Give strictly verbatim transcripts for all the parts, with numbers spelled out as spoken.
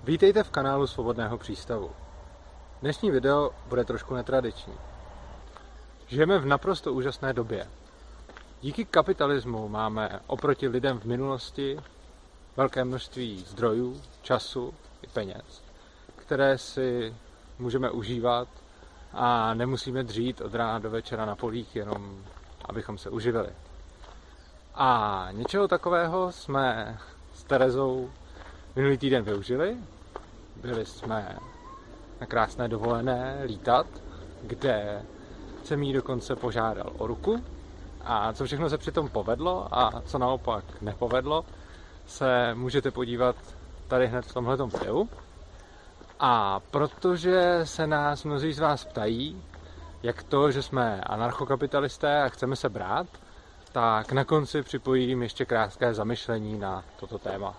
Vítejte v kanálu Svobodného přístavu. Dnešní video bude trošku netradiční. Žijeme v naprosto úžasné době. Díky kapitalismu máme oproti lidem v minulosti velké množství zdrojů, času i peněz, které si můžeme užívat a nemusíme dřít od rána do večera na polích, jenom abychom se uživili. A něčeho takového jsme s Terezou minulý týden využili. Byli jsme na krásné dovolené lítat, kde jsem jí dokonce požádal o ruku. A co všechno se přitom povedlo a co naopak nepovedlo, se můžete podívat tady hned v tomhletom videu. A protože se nás mnozí z vás ptají, jak to, že jsme anarchokapitalisté a chceme se brát, tak na konci připojím ještě krátké zamyšlení na toto téma.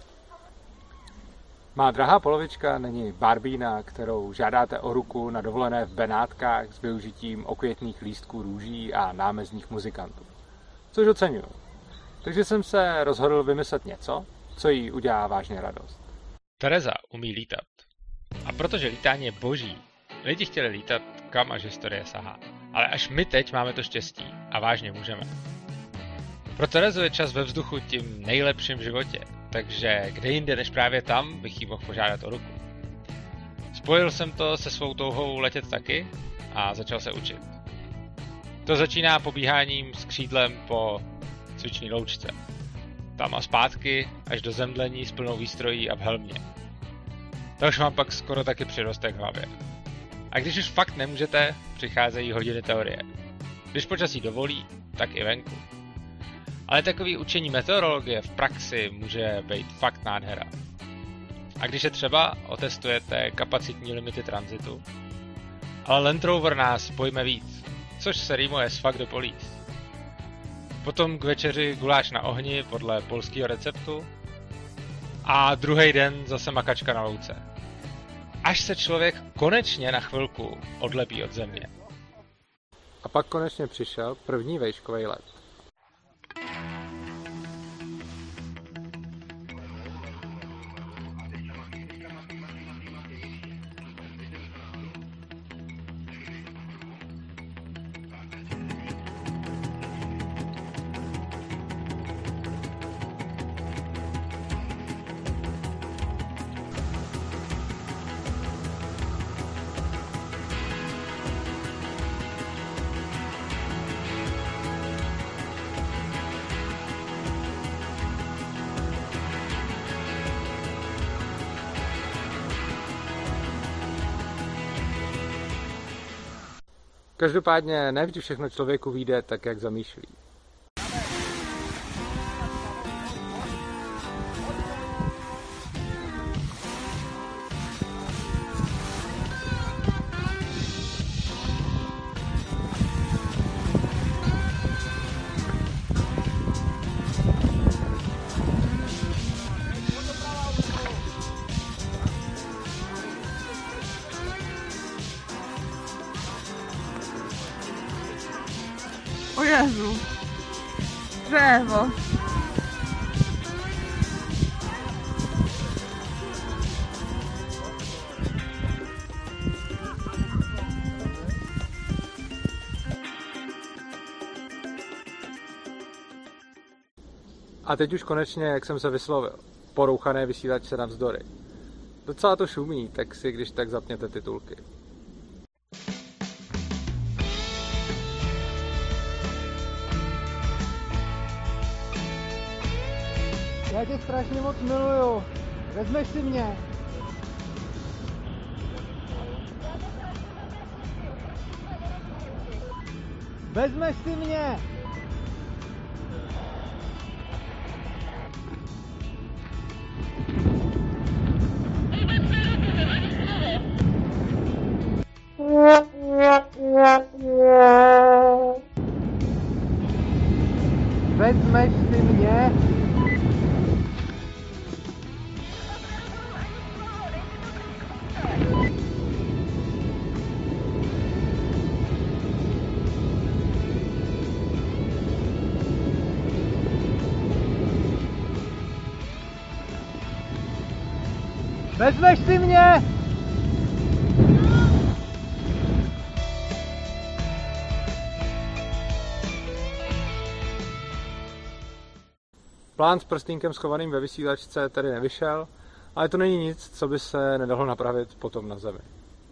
Má drahá polovička není Barbína, kterou žádáte o ruku na dovolené v Benátkách s využitím okvětných lístků růží a námezních muzikantů. Což oceňuju. Takže jsem se rozhodl vymyslet něco, co jí udělá vážně radost. Tereza umí lítat. A protože lítání je boží, lidi chtěli lítat, kam až historie sahá. Ale až my teď máme to štěstí a vážně můžeme. Pro Terezu je čas ve vzduchu tím nejlepším v životě, takže kde jinde než právě tam bych jí mohl požádat o ruku. Spojil jsem to se svou touhou letět taky a začal se učit. To začíná pobíháním s křídlem po cvičný loučce. Tam a zpátky až do zemdlení s plnou výstrojí a v helmě. To už mám pak skoro taky přirostek v hlavě. A když už fakt nemůžete, přicházejí hodiny teorie. Když počasí dovolí, tak i venku. Ale takový učení meteorologie v praxi může být fakt nádhera. A když je třeba, otestujete kapacitní limity tranzitu. Ale Land Rover nás pojme víc, což se rýmuje s fuck the police. Potom k večeři guláš na ohni podle polského receptu. A druhý den zase makačka na louce. Až se člověk konečně na chvilku odlepí od země. A pak konečně přišel první vejškový let. Každopádně ne vždy všechno člověku vyjde tak, jak zamýšlí. O Jezu, drzewo. A teď už konečně, jak jsem se vyslovil, porouchané vysílačce navzdory. Docela to šumí, tak si když tak zapněte titulky. Já tě strašně moc miluju. Vezmeš si mě. Vezmeš si mě. Vezmeš si mě. Vezmeš si mě? Plán s prstínkem schovaným ve vysílačce tedy nevyšel, ale to není nic, co by se nedalo napravit potom na Zemi.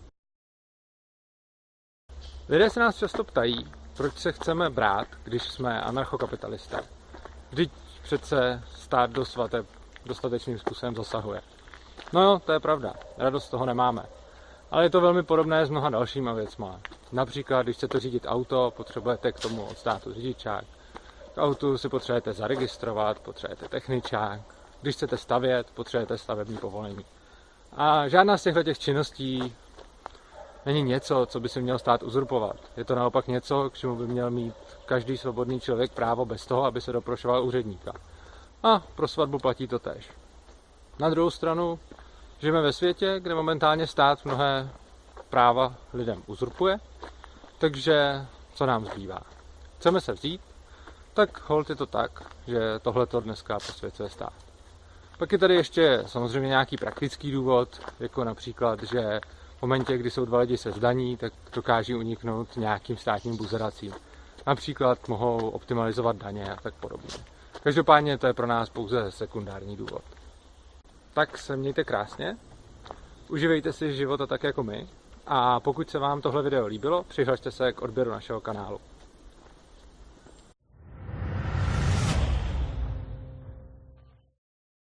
Lidé se nás často ptají, proč se chceme brát, když jsme anarchokapitalisté. Vždyť přece stát do svateb dostatečným způsobem zasahuje. No jo, to je pravda, radost z toho nemáme. Ale je to velmi podobné s mnoha dalšíma věcma. Například, když chcete řídit auto, potřebujete k tomu od státu řidičák. K autu si potřebujete zaregistrovat, potřebujete techničák. Když chcete stavět, potřebujete stavební povolení. A žádná z těchto těch činností není něco, co by si měl stát uzurpovat. Je to naopak něco, k čemu by měl mít každý svobodný člověk právo bez toho, aby se doprošoval úředníka. A pro svatbu platí to též. Na druhou stranu, žijeme ve světě, kde momentálně stát mnohé práva lidem uzurpuje, takže co nám zbývá? Chceme se vzít? Tak holt je to tak, že tohleto dneska posvěcuje stát. Pak je tady ještě samozřejmě nějaký praktický důvod, jako například, že v momentě, kdy jsou dva lidi se zdaní, tak dokáží uniknout nějakým státním buzeracím. Například mohou optimalizovat daně a tak podobně. Každopádně to je pro nás pouze sekundární důvod. Tak se mějte krásně, uživejte si života tak jako my a pokud se vám tohle video líbilo, přihlašte se k odběru našeho kanálu.